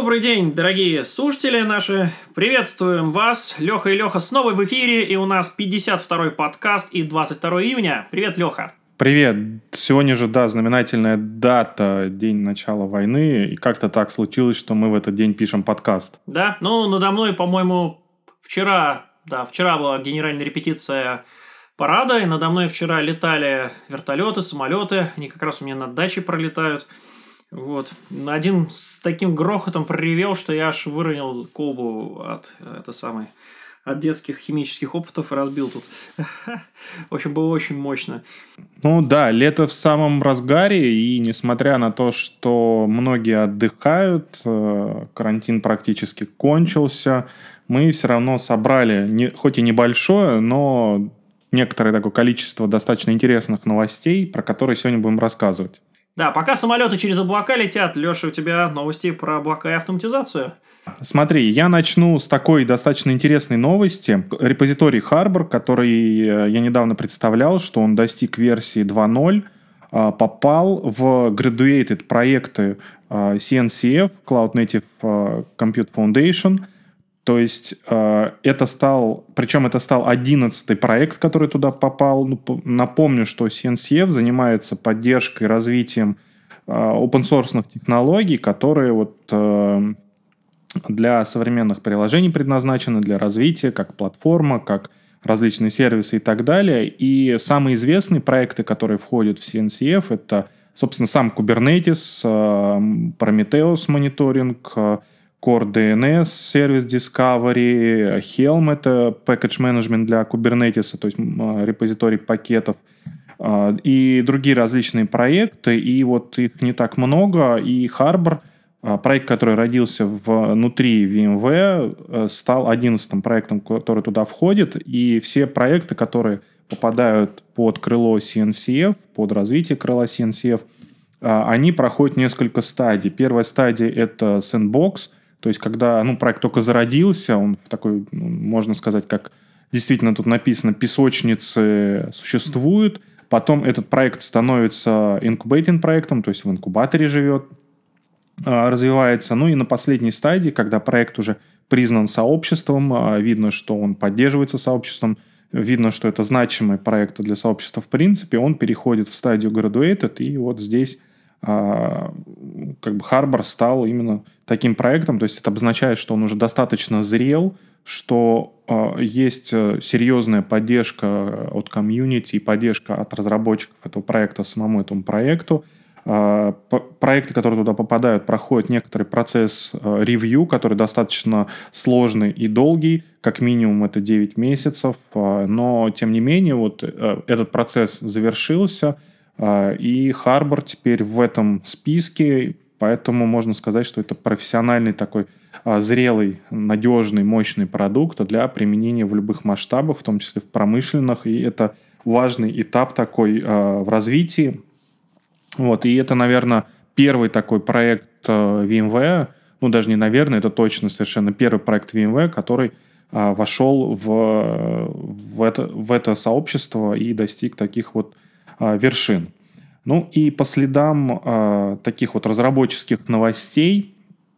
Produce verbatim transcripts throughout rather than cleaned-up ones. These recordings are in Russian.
Добрый день, дорогие слушатели наши. Приветствуем вас. Леха и Леха снова в эфире, и у нас пятьдесят второй подкаст и двадцать второго июня. Привет, Леха. Привет. Сегодня же, да, знаменательная дата, день начала войны, и как-то так случилось, что мы в этот день пишем подкаст. Да, ну, надо мной, по-моему, вчера, да, вчера была генеральная репетиция парада, и надо мной вчера летали вертолеты, самолеты, они как раз у меня над дачей пролетают. Вот. Один с таким грохотом проревел, что я аж выронил колбу от, это самое, от детских химических опытов и разбил тут. В общем, было очень мощно. Ну да, лето в самом разгаре, и несмотря на то, что многие отдыхают, карантин практически кончился, мы все равно собрали, не, хоть и небольшое, но некоторое такое количество достаточно интересных новостей, про которые сегодня будем рассказывать. Да, пока самолеты через облака летят, Леша, у тебя новости про облака и автоматизацию. Смотри, я начну с такой достаточно интересной новости. Репозиторий Harbor, который я недавно представлял, что он достиг версии два ноль, попал в graduated проекты си эн си эф, Cloud Native Compute Foundation. То есть это стал, причем это стал одиннадцатый проект, который туда попал. Напомню, что си эн си эф занимается поддержкой и развитием open-source технологий, которые вот для современных приложений предназначены для развития, как платформа, как различные сервисы и так далее. И самые известные проекты, которые входят в си эн си эф, это, собственно, сам Kubernetes, Prometheus мониторинг, Core ди эн эс, сервис Discovery, Helm — это package management для Kubernetes, то есть репозиторий пакетов, и другие различные проекты. И вот их не так много. И Harbor, проект, который родился внутри VMware, стал одиннадцатым проектом, который туда входит. И все проекты, которые попадают под крыло си эн си эф, под развитие крыла си эн си эф, они проходят несколько стадий. Первая стадия — это Sandbox. То есть, когда ну, проект только зародился, он в такой, можно сказать, как действительно тут написано, песочницы существуют. Потом этот проект становится инкубейтинг проектом, то есть в инкубаторе живет, развивается. Ну и на последней стадии, когда проект уже признан сообществом, видно, что он поддерживается сообществом, видно, что это значимый проект для сообщества в принципе, он переходит в стадию graduated, и вот здесь как бы Harbor стал именно таким проектом, то есть это обозначает, что он уже достаточно зрел, что э, есть серьезная поддержка от комьюнити и поддержка от разработчиков этого проекта самому этому проекту. Э, по- проекты, которые туда попадают, проходят некоторый процесс э, ревью, который достаточно сложный и долгий, как минимум это девять месяцев, э, но тем не менее вот э, этот процесс завершился, э, и Harbor теперь в этом списке. Поэтому можно сказать, что это профессиональный такой а, зрелый, надежный, мощный продукт для применения в любых масштабах, в том числе в промышленных. И это важный этап такой а, в развитии. Вот. И это, наверное, первый такой проект а, VMware, ну даже не наверное, это точно совершенно первый проект VMware, который а, вошел в, в, это, в это сообщество и достиг таких вот а, вершин. Ну и по следам э, таких вот разработческих новостей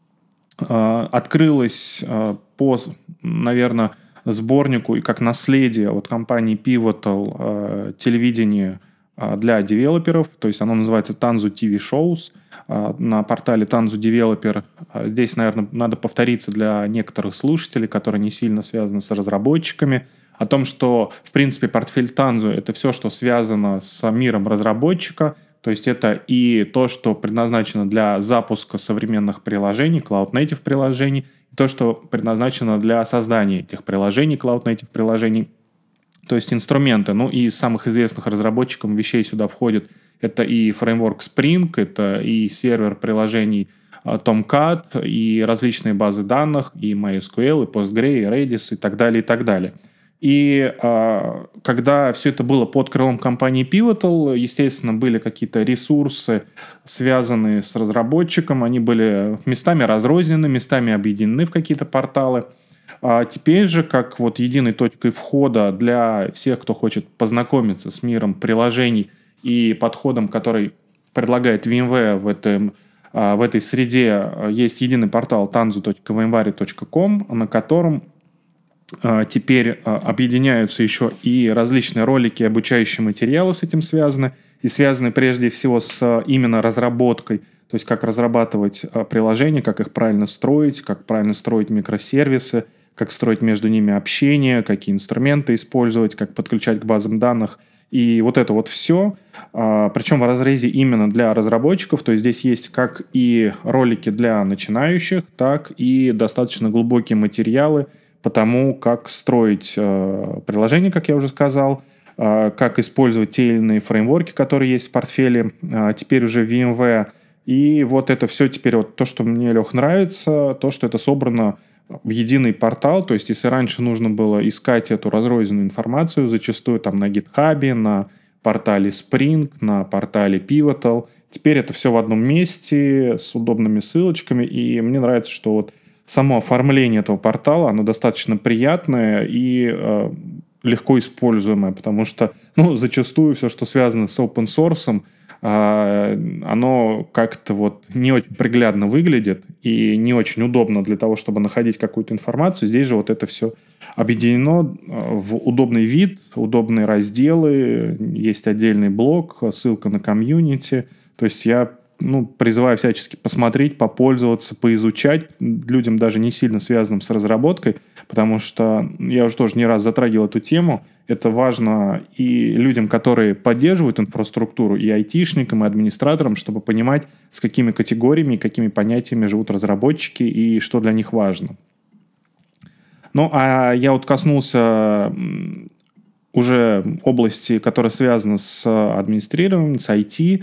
э, открылось э, по, наверное, сборнику и как наследие от компании Pivotal э, телевидение э, для девелоперов, то есть оно называется Tanzu ти ви Shows э, на портале Tanzu Developer. Здесь, наверное, надо повториться для некоторых слушателей, которые не сильно связаны с разработчиками, о том, что, в принципе, портфель Tanzu — это все, что связано с миром разработчика, то есть это и то, что предназначено для запуска современных приложений, Cloud Native приложений, и то, что предназначено для создания этих приложений, Cloud Native приложений, то есть инструменты. Ну и из самых известных разработчиков вещей сюда входит это и фреймворк Spring, это и сервер приложений Tomcat, и различные базы данных, и MySQL, и Postgre, и Redis, и так далее, и так далее. И э, когда все это было под крылом компании Pivotal, естественно, были какие-то ресурсы, связанные с разработчиком, они были местами разрознены, местами объединены в какие-то порталы. А теперь же, как вот единой точкой входа для всех, кто хочет познакомиться с миром приложений и подходом, который предлагает VMware в этом В этой среде есть единый портал танзу точка вмваре точка ком, на котором теперь объединяются еще и различные ролики, обучающие материалы с этим связаны, и связаны прежде всего с именно разработкой, то есть как разрабатывать приложения, как их правильно строить, как правильно строить микросервисы, как строить между ними общение, какие инструменты использовать, как подключать к базам данных. И вот это вот все, причем в разрезе именно для разработчиков, то есть здесь есть как и ролики для начинающих, так и достаточно глубокие материалы по тому, как строить приложение, как я уже сказал, как использовать те или иные фреймворки, которые есть в портфеле, теперь уже в VMware. И вот это все теперь вот то, что мне, Лех, нравится, то, что это собрано в единый портал. То есть если раньше нужно было искать эту разрозненную информацию, зачастую там на GitHub, на портале Spring, на портале Pivotal, теперь это все в одном месте с удобными ссылочками. И мне нравится, что вот само оформление этого портала, оно достаточно приятное и э, легко используемое, потому что ну, зачастую все, что связано с open source, э, оно как-то вот не очень приглядно выглядит и не очень удобно для того, чтобы находить какую-то информацию. Здесь же вот это все объединено в удобный вид, удобные разделы, есть отдельный блог, ссылка на комьюнити. То есть я ну, призываю всячески посмотреть, попользоваться, поизучать людям, даже не сильно связанным с разработкой, потому что я уже тоже не раз затрагивал эту тему. Это важно и людям, которые поддерживают инфраструктуру, и айтишникам, и администраторам, чтобы понимать, с какими категориями и какими понятиями живут разработчики и что для них важно. Ну, а я вот коснулся уже области, которая связана с администрированием, с ай ти,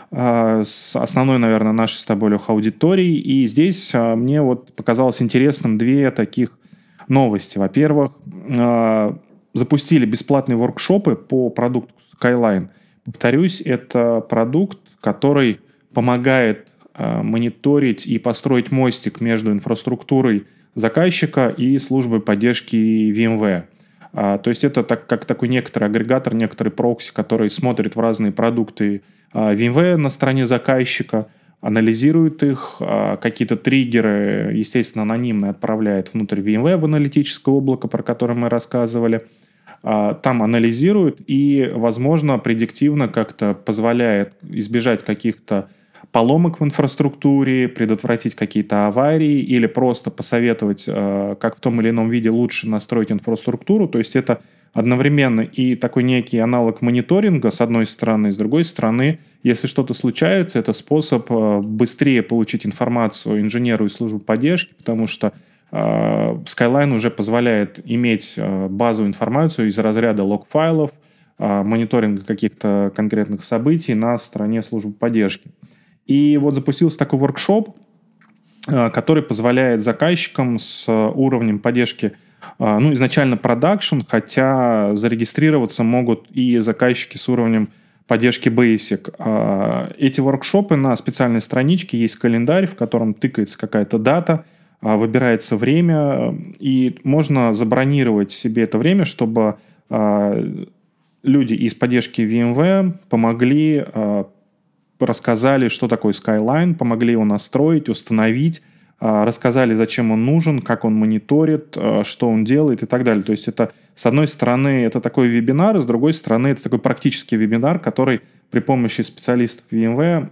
с основной, наверное, нашей с тобой, Леха, аудиторией. И здесь мне вот показалось интересным две таких новости. Во-первых, запустили бесплатные воркшопы по продукту Skyline. Повторюсь, это продукт, который помогает мониторить и построить мостик между инфраструктурой заказчика и службой поддержки VMware. То есть это так, как такой некоторый агрегатор, некоторый прокси, который смотрит в разные продукты VMware на стороне заказчика, анализирует их, какие-то триггеры, естественно, анонимно отправляет внутрь VMware в аналитическое облако, про которое мы рассказывали. Там анализирует и, возможно, предиктивно как-то позволяет избежать каких-то поломок в инфраструктуре, предотвратить какие-то аварии или просто посоветовать, как в том или ином виде лучше настроить инфраструктуру. То есть это одновременно и такой некий аналог мониторинга, с одной стороны, с другой стороны, если что-то случается, это способ быстрее получить информацию инженеру и службу поддержки, потому что Skyline уже позволяет иметь базовую информацию из разряда лог-файлов, мониторинга каких-то конкретных событий на стороне службы поддержки. И вот запустился такой воркшоп, который позволяет заказчикам с уровнем поддержки, ну, изначально продакшн, хотя зарегистрироваться могут и заказчики с уровнем поддержки Basic. Эти воркшопы на специальной страничке, есть календарь, в котором тыкается какая-то дата, выбирается время, и можно забронировать себе это время, чтобы люди из поддержки VMware помогли, рассказали, что такое Skyline, помогли его настроить, установить, рассказали, зачем он нужен, как он мониторит, что он делает и так далее. То есть это, с одной стороны, это такой вебинар, с другой стороны, это такой практический вебинар, который при помощи специалистов VMware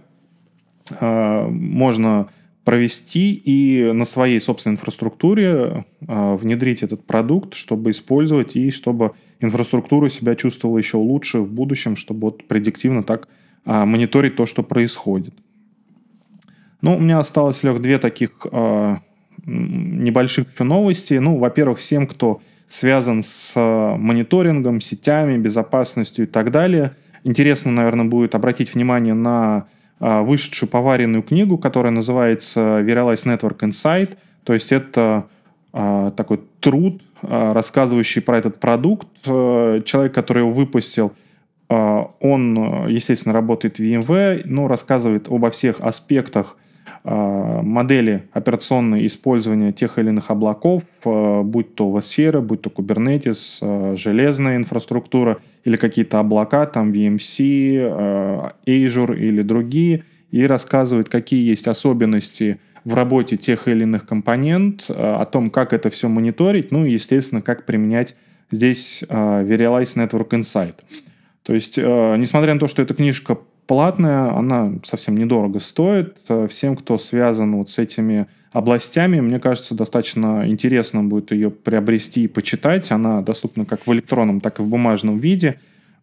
можно провести и на своей собственной инфраструктуре внедрить этот продукт, чтобы использовать и чтобы инфраструктура себя чувствовала еще лучше в будущем, чтобы вот предиктивно так мониторить то, что происходит. Ну, у меня осталось, Лех, две таких э, небольших еще новости. Ну, во-первых, всем, кто связан с мониторингом, сетями, безопасностью и так далее, интересно, наверное, будет обратить внимание на э, вышедшую поваренную книгу, которая называется Virtualized Network Insight. То есть это э, такой труд, э, рассказывающий про этот продукт. Э, человек, который его выпустил, э, он, естественно, работает в VMware, но рассказывает обо всех аспектах модели операционной использования тех или иных облаков, будь то vSphere, будь то Kubernetes, железная инфраструктура или какие-то облака, там ви эм си, Azure или другие. и рассказывает, какие есть особенности в работе тех или иных компонент, о том, как это все мониторить, ну и, естественно, как применять здесь Verialize Network Insight. То есть, несмотря на то, что эта книжка платная, она совсем недорого стоит. Всем, кто связан вот с этими областями, мне кажется, достаточно интересно будет ее приобрести и почитать. Она доступна как в электронном, так и в бумажном виде.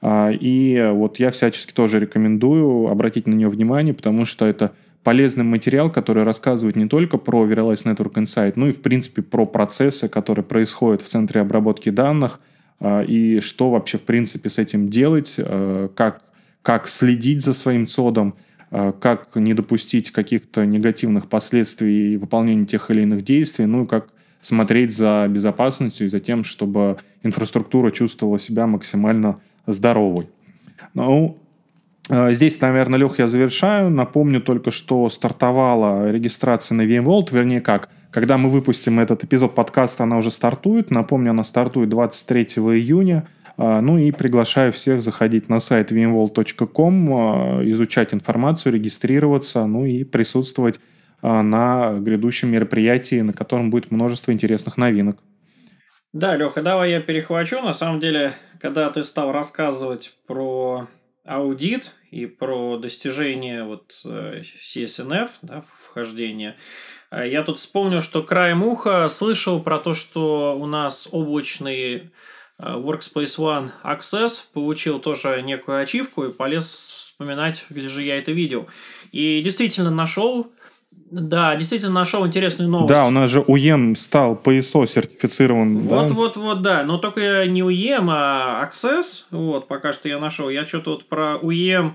И вот я всячески тоже рекомендую обратить на нее внимание, потому что это полезный материал, который рассказывает не только про Verialize Network Insight, но и, в принципе, про процессы, которые происходят в центре обработки данных, и что вообще, в принципе, с этим делать, как, как следить за своим цодом, как не допустить каких-то негативных последствий выполнения тех или иных действий, ну и как смотреть за безопасностью и за тем, чтобы инфраструктура чувствовала себя максимально здоровой. Ну, здесь, наверное, Лех, я завершаю. Напомню только, что стартовала регистрация на VMworld, вернее как, когда мы выпустим этот эпизод подкаста, она уже стартует. Напомню, она стартует двадцать третьего июня. Ну и приглашаю всех заходить на сайт ви эм ворлд точка ком, изучать информацию, регистрироваться, ну и присутствовать на грядущем мероприятии, на котором будет множество интересных новинок. Да, Леха, давай я перехвачу. На самом деле, когда ты стал рассказывать про аудит и про достижение вот си эс эн эф, да, вхождения, я тут вспомнил, что краем уха слышал про то, что у нас облачный Workspace ONE Access получил тоже некую ачивку и полез вспоминать, где же я это видел. И действительно нашел, да, действительно нашел интересную новость. Да, у нас же ю и эм стал пи эс о сертифицирован. Вот, да? вот, вот, да, но только не ю и эм, а Access, вот, пока что я нашел. Я что-то вот про ю и эм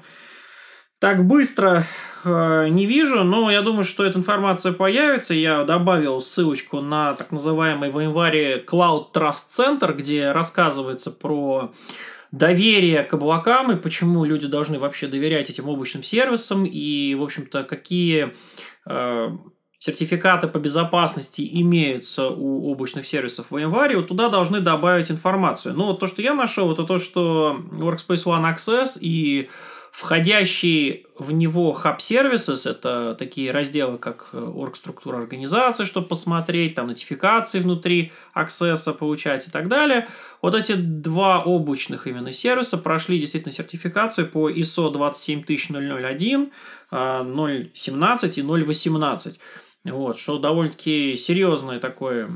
так быстро э, не вижу, но я думаю, что эта информация появится. Я добавил ссылочку на так называемый в январе Cloud Trust Center, где рассказывается про доверие к облакам и почему люди должны вообще доверять этим облачным сервисам и, в общем-то, какие э, сертификаты по безопасности имеются у облачных сервисов в январе. Вот туда должны добавить информацию. Но вот то, что я нашел, это то, что Workspace ONE Access и входящие в него Hub Services, это такие разделы, как орг-структура организации, чтобы посмотреть, там нотификации внутри аксесса получать и так далее. Вот эти два облачных именно сервиса прошли действительно сертификацию по ай эс о двадцать семь тысяч ноль один, ноль семнадцать и ноль восемнадцать. Вот, что довольно-таки серьезный такой,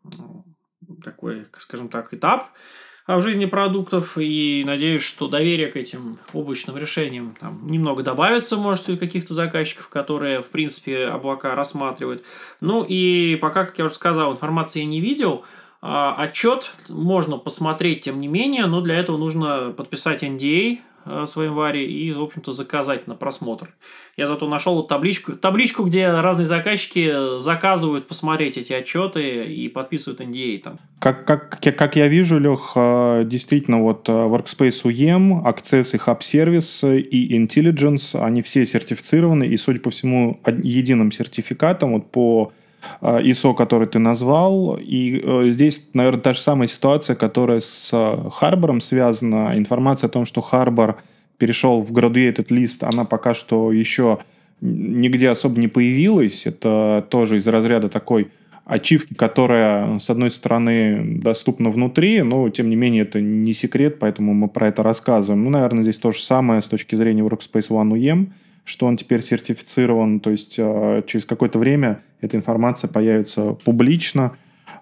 такой, скажем так, этап в жизни продуктов, и надеюсь, что доверие к этим облачным решениям там немного добавится, может, у каких-то заказчиков, которые, в принципе, облака рассматривают. Ну и пока, как я уже сказал, информации я не видел. Отчет можно посмотреть, тем не менее, но для этого нужно подписать эн ди эй с январе и, в общем-то, заказать на просмотр. Я зато нашел вот табличку, табличку, где разные заказчики заказывают посмотреть эти отчеты и подписывают эн ди эй там. Как, как, как я вижу, Лех, действительно, вот Workspace ю и эм, Access и Hub Service и Intelligence, они все сертифицированы, и, судя по всему, единым сертификатом вот по ай эс о, который ты назвал. И э, здесь, наверное, та же самая ситуация, которая с Harbor связана. Информация о том, что Harbor перешел в graduated list, она пока что еще нигде особо не появилась. Это тоже из разряда такой ачивки, которая, с одной стороны, доступна внутри, но, тем не менее, это не секрет, поэтому мы про это рассказываем. Ну, наверное, здесь то же самое с точки зрения Workspace ONE ю и эм, что он теперь сертифицирован, то есть через какое-то время эта информация появится публично,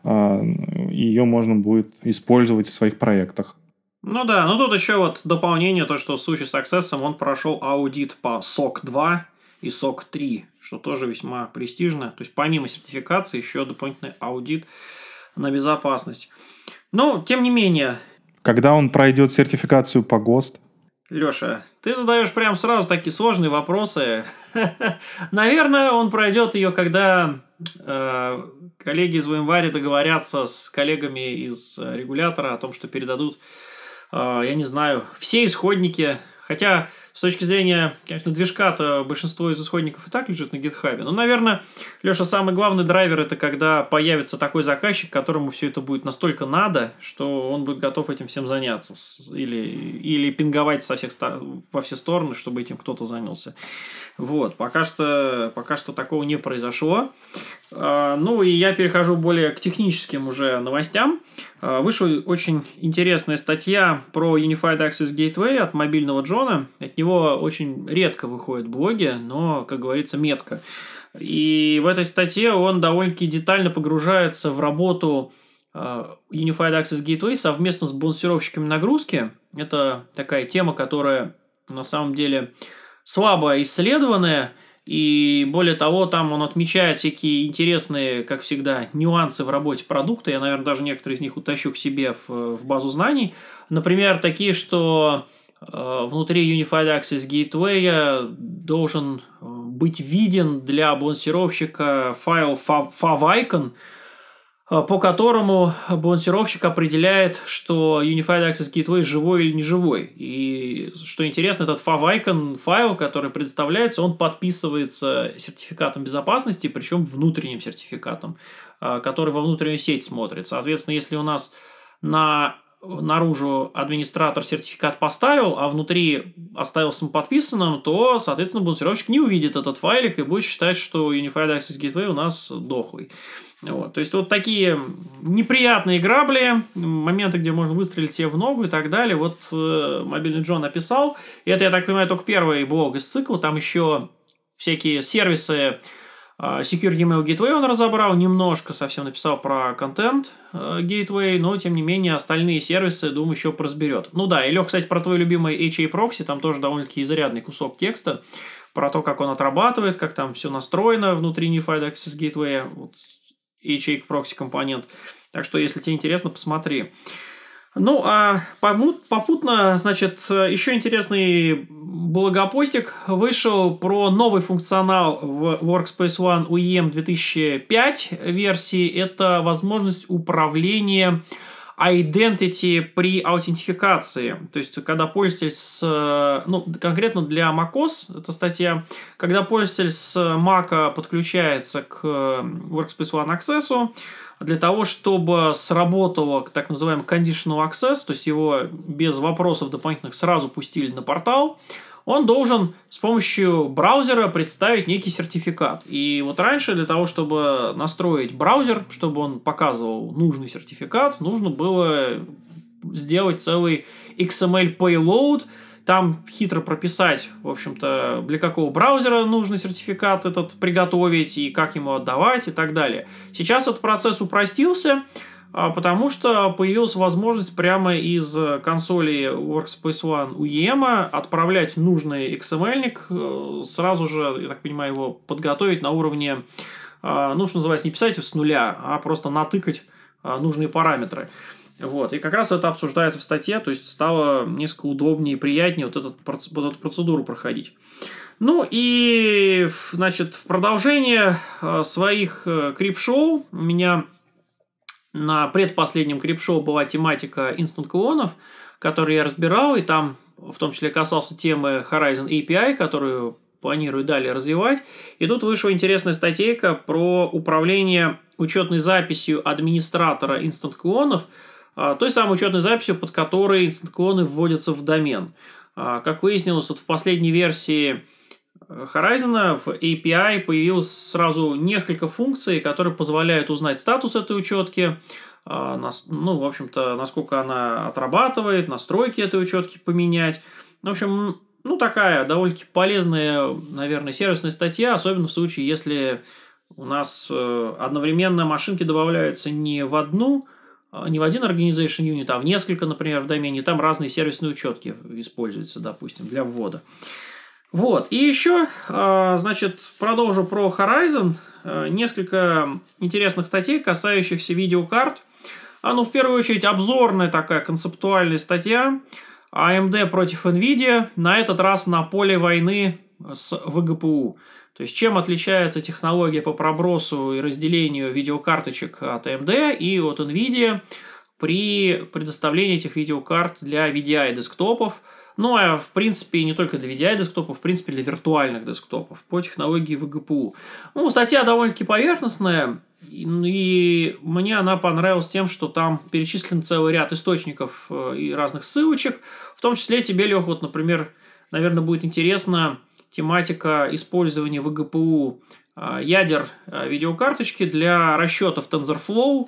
ее можно будет использовать в своих проектах. Ну да, ну тут еще вот дополнение, то, что в случае с Access он прошел аудит по сок два и сок три, что тоже весьма престижно. То есть помимо сертификации еще дополнительный аудит на безопасность. Ну, тем не менее. Когда он пройдет сертификацию по ГОСТ? Леша, ты задаешь прям сразу такие сложные вопросы. Наверное, он пройдет ее, когда э, коллеги из января договорятся с коллегами из регулятора о том, что передадут, э, я не знаю, все исходники. Хотя, с точки зрения, конечно, движка-то большинство из исходников и так лежит на GitHub. Но, наверное, Леша, самый главный драйвер — это когда появится такой заказчик, которому все это будет настолько надо, что он будет готов этим всем заняться. Или, или пинговать со всех, во все стороны, чтобы этим кто-то занялся. Вот, пока что, пока что такого не произошло. Ну и я перехожу более к техническим уже новостям. Вышла очень интересная статья про Unified Access Gateway от мобильного Джона. От него очень редко выходят блоги, но, как говорится, метко. И в этой статье он довольно-таки детально погружается в работу Unified Access Gateway совместно с балансировщиками нагрузки. Это такая тема, которая на самом деле слабо исследованная. И более того, там он отмечает всякие интересные, как всегда, нюансы в работе продукта. Я, наверное, даже некоторые из них утащу к себе в, в базу знаний. Например, такие, что э, внутри Unified Access Gateway должен быть виден для балансировщика файл favicon, по которому балансировщик определяет, что Unified Access Gateway живой или не живой. И что интересно, этот favicon файл, который предоставляется, он подписывается сертификатом безопасности, причем внутренним сертификатом, который во внутреннюю сеть смотрит. Соответственно, если у нас на наружу администратор сертификат поставил, а внутри оставил самоподписанным, то, соответственно, балансировщик не увидит этот файлик и будет считать, что Unified Access Gateway у нас дохлый. Вот. То есть, вот такие неприятные грабли, моменты, где можно выстрелить себе в ногу и так далее. Вот э, мобильный Джон описал. И это, я так понимаю, только первый блог из цикла. Там еще всякие сервисы э, Secure Email Gateway он разобрал. Немножко совсем написал про контент э, Gateway. Но, тем не менее, остальные сервисы, думаю, еще поразберет. Ну да, и Лех, кстати, про твой любимый эйч эй Proxy. Там тоже довольно-таки изрядный кусок текста. Про то, как он отрабатывает, как там все настроено внутри Unified Access Gateway. Вот. эйч эй Proxy компонент. Так что, если тебе интересно, посмотри. Ну, а попутно, значит, еще интересный блогопостик вышел про новый функционал в Workspace ONE ю и эм две тысячи пять версии. Это возможность управления identity при аутентификации. То есть, когда пользователь с... Ну, конкретно для macOS, эта статья, когда пользователь с Mac подключается к Workspace ONE Access, для того, чтобы сработало так называемый conditional access, то есть его без вопросов дополнительных сразу пустили на портал, он должен с помощью браузера представить некий сертификат. И вот раньше для того, чтобы настроить браузер, чтобы он показывал нужный сертификат, нужно было сделать целый икс эм эль payload, там хитро прописать, в общем-то, для какого браузера нужно сертификат этот приготовить и как ему отдавать и так далее. Сейчас этот процесс упростился, потому что появилась возможность прямо из консоли Workspace ONE ю и эм отправлять нужный икс эм эль-ник, сразу же, я так понимаю, его подготовить на уровне, ну, что называется, не писать с нуля, а просто натыкать нужные параметры. Вот. И как раз это обсуждается в статье, то есть стало несколько удобнее и приятнее вот, этот, вот эту процедуру проходить. Ну и, значит, в продолжение своих крип-шоу у меня на предпоследнем крип-шоу была тематика инстант-клонов, которые я разбирал, и там в том числе касался темы Horizon эй пи ай, которую планирую далее развивать. И тут вышла интересная статейка про управление учетной записью администратора инстант-клонов, той самой учетной записью, под которой инстант-клоны вводятся в домен. Как выяснилось, вот в последней версии Horizon в эй пи ай появилось сразу несколько функций, которые позволяют узнать статус этой учетки, ну, в общем-то, насколько она отрабатывает, настройки этой учетки поменять. В общем, ну, такая довольно-таки полезная, наверное, сервисная статья, особенно в случае, если у нас одновременно машинки добавляются не в одну, не в один organization unit, а в несколько, например, в домене. Там разные сервисные учетки используются, допустим, для ввода. Вот. И еще, значит, продолжу про Horizon. Несколько интересных статей, касающихся видеокарт. А, ну, в первую очередь, обзорная такая концептуальная статья. эй эм ди против NVIDIA. На этот раз на поле войны с ви джи пи ю. То есть, чем отличается технология по пробросу и разделению видеокарточек от эй эм ди и от NVIDIA при предоставлении этих видеокарт для ви ди ай-десктопов. Ну, а в принципе, не только для ви ди ай-десктопов, в принципе, для виртуальных десктопов по технологии ви джи пи ю. Ну, статья довольно-таки поверхностная, и мне она понравилась тем, что там перечислен целый ряд источников и разных ссылочек. В том числе тебе, Лех, вот, например, наверное, будет интересна тематика использования ви джи пи ю ядер видеокарточки для расчетов TensorFlow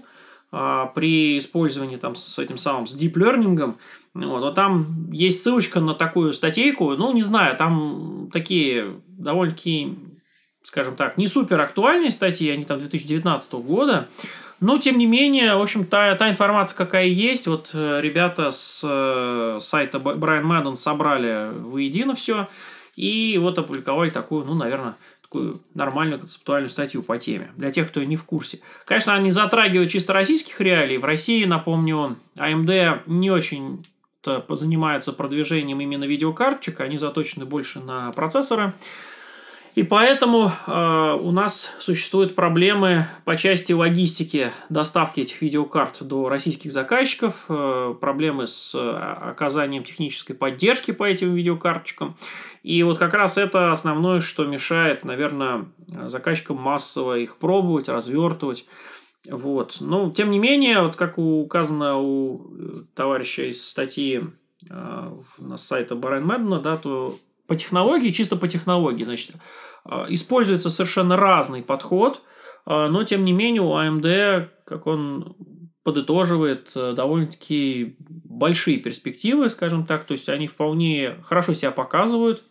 при использовании там с этим самым, с Deep Learning. Вот, вот там есть ссылочка на такую статейку, ну, не знаю, там такие довольно-таки, скажем так, не супер актуальные статьи, они там две тысячи девятнадцатого года, но, тем не менее, в общем, та, та информация, какая есть, вот ребята с э, сайта Brian Madden собрали воедино все, и вот опубликовали такую, ну, наверное, такую нормальную концептуальную статью по теме. Для тех, кто не в курсе. Конечно, они затрагивают чисто российских реалий. В России, напомню, эй эм ди не очень занимается продвижением именно видеокарточек. Они заточены больше на процессоры. И поэтому э, у нас существуют проблемы по части логистики доставки этих видеокарт до российских заказчиков, э, проблемы с оказанием технической поддержки по этим видеокарточкам. И вот как раз это основное, что мешает, наверное, заказчикам массово их пробовать, развертывать. Вот. Но, тем не менее, вот как указано у товарища из статьи э, на сайте Brian Madden, да, то по технологии, чисто по технологии, значит, используется совершенно разный подход, но, тем не менее, у эй эм ди, как он подытоживает, довольно-таки большие перспективы, скажем так, то есть они вполне хорошо себя показывают.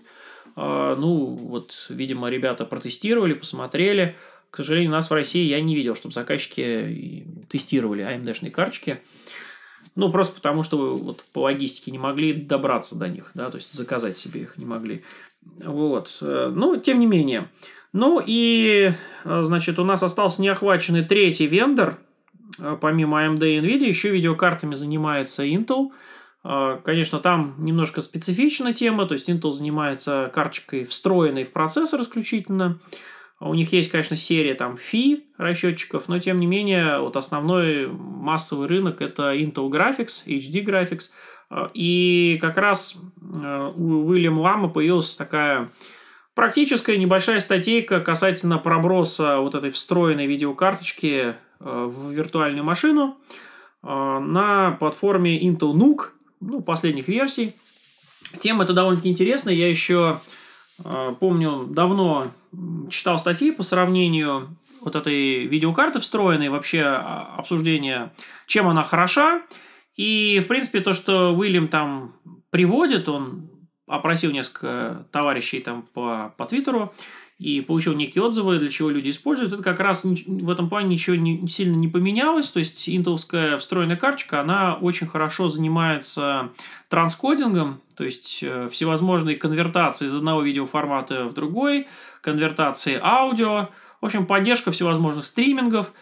Ну, вот, видимо, ребята протестировали, посмотрели. К сожалению, у нас в России я не видел, чтобы заказчики тестировали эй эм ди-шные карточки. Ну, просто потому, что вот по логистике не могли добраться до них, да, то есть заказать себе их не могли. Вот. Ну, тем не менее. Ну, и, значит, у нас остался неохваченный третий вендор. Помимо эй эм ди и NVIDIA, еще видеокартами занимается Intel. Конечно, там немножко специфична тема, то есть Intel занимается карточкой, встроенной в процессор исключительно. У них есть, конечно, серия там Phi расчетчиков, но, тем не менее, вот основной массовый рынок – это Intel Graphics, эйч ди Graphics. И как раз у Уильяма Лама появилась такая практическая небольшая статейка касательно проброса вот этой встроенной видеокарточки в виртуальную машину на платформе Intel Nuke, ну, последних версий. Тема эта довольно-таки интересная. Я еще помню, давно читал статьи по сравнению вот этой видеокарты встроенной, вообще обсуждение, чем она хороша. И, в принципе, то, что Уильям там приводит, он опросил несколько товарищей там по, по Твиттеру и получил некие отзывы, для чего люди используют. Это как раз в этом плане ничего не, сильно не поменялось. То есть, интеловская встроенная карточка, она очень хорошо занимается транскодингом, то есть, всевозможные конвертации из одного видеоформата в другой, конвертации аудио, в общем, поддержка всевозможных стримингов.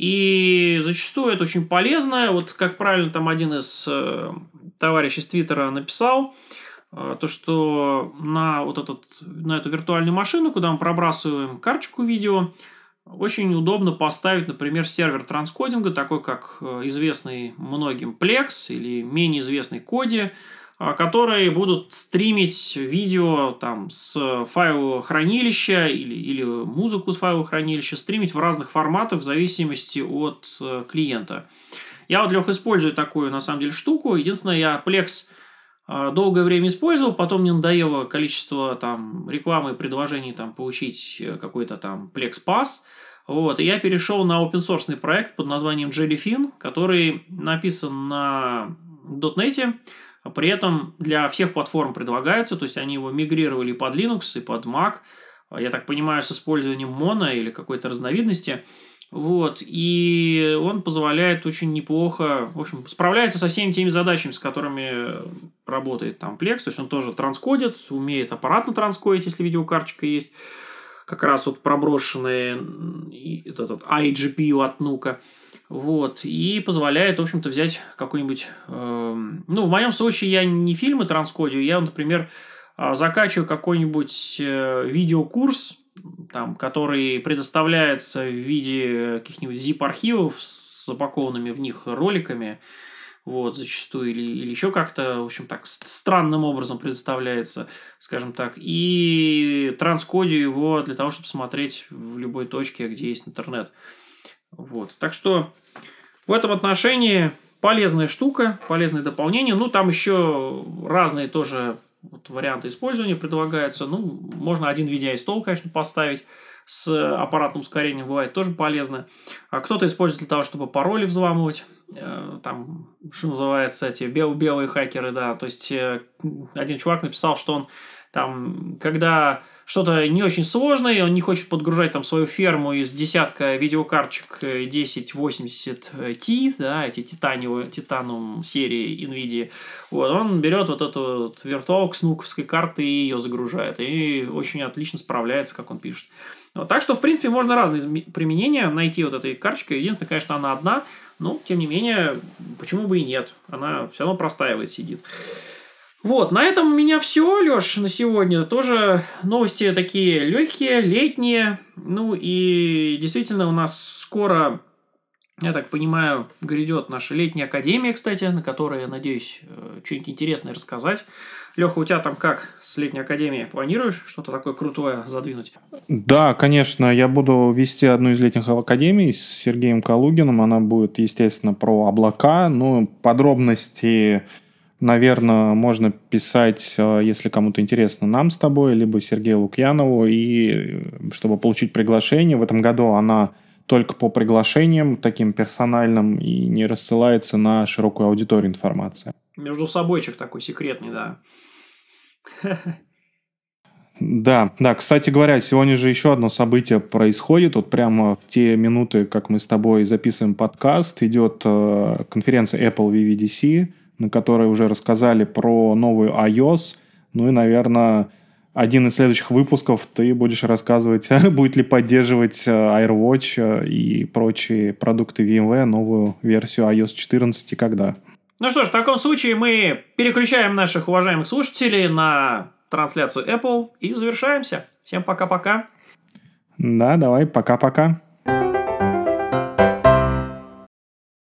И зачастую это очень полезно. Вот как правильно там один из э, товарищей с Твиттера написал, э, то, что на, вот этот, на эту виртуальную машину, куда мы пробрасываем карточку видео, очень удобно поставить, например, сервер транскодинга, такой как известный многим Plex или менее известный Kodi, которые будут стримить видео там, с файлового хранилища или, или музыку с файлового хранилища, стримить в разных форматах в зависимости от э, клиента. Я вот, Лех, использую такую, на самом деле, штуку. Единственное, я Plex э, долгое время использовал, потом мне надоело количество там, рекламы и предложений там, получить какой-то там Plex Pass. Вот, и я перешел на open-source проект под названием Jellyfin, который написан на .дот нет. При этом для всех платформ предлагается, то есть они его мигрировали под Linux и под Mac, я так понимаю, с использованием Mono или какой-то разновидности. Вот, и он позволяет очень неплохо, в общем, справляется со всеми теми задачами, с которыми работает там Plex, то есть он тоже транскодит, умеет аппаратно транскодить, если видеокарточка есть, как раз вот проброшенный этот ай джи пи ю от Nuke. Вот, и позволяет, в общем-то, взять какой-нибудь... Э, ну, в моем случае я не фильмы транскодию, я, например, закачиваю какой-нибудь э, видеокурс, там, который предоставляется в виде каких-нибудь zip-архивов с запакованными в них роликами. вот, зачастую, или, или еще как-то, в общем, так, странным образом предоставляется, скажем так, и транскодю его для того, чтобы смотреть в любой точке, где есть интернет. Вот, так что в этом отношении полезная штука, полезное дополнение. Ну, там еще разные тоже вот варианты использования предлагаются. Ну, можно один ви ди ай-стол, конечно, поставить с аппаратным ускорением, бывает тоже полезно. А кто-то использует для того, чтобы пароли взламывать. Там, что называется, эти бел- белые хакеры, да. То есть, один чувак написал, что он там, когда что-то не очень сложное, и он не хочет подгружать там свою ферму из десятка видеокарточек десять восемьдесят ти, да, эти титаниевые, титанум серии NVIDIA, вот, он берет вот эту вот виртуалку с нуковской карты и ее загружает, и очень отлично справляется, как он пишет. Вот, так что, в принципе, можно разные применения найти вот этой карточкой. Единственное, конечно, она одна, но, тем не менее, почему бы и нет? Она все равно простаивает, сидит. Вот, на этом у меня все, Леш, на сегодня. Тоже новости такие легкие, летние. Ну и действительно у нас скоро, я так понимаю, грядет наша летняя академия, кстати, на которой, я надеюсь, что-нибудь интересное рассказать. Леха, у тебя там как с летней академией? Планируешь что-то такое крутое задвинуть? Да, конечно, я буду вести одну из летних академий с Сергеем Калугиным. Она будет, естественно, про облака. Ну, подробности, наверное, можно писать, если кому-то интересно, нам с тобой, либо Сергею Лукьянову. И чтобы получить приглашение, в этом году она только по приглашениям, таким персональным, и не рассылается на широкую аудиторию информация. Между собойчик такой секретный, да. Да, да, кстати говоря, сегодня же еще одно событие происходит. Вот прямо в те минуты, как мы с тобой записываем подкаст, идет э, конференция Apple ви ви ди си, на которой уже рассказали про новую iOS. Ну и, наверное, один из следующих выпусков ты будешь рассказывать, будет ли поддерживать AirWatch и прочие продукты ви эм вей, новую версию ай о эс четырнадцать и когда. Ну что ж, в таком случае мы переключаем наших уважаемых слушателей на трансляцию Apple и завершаемся. Всем пока-пока. Да, давай, пока-пока.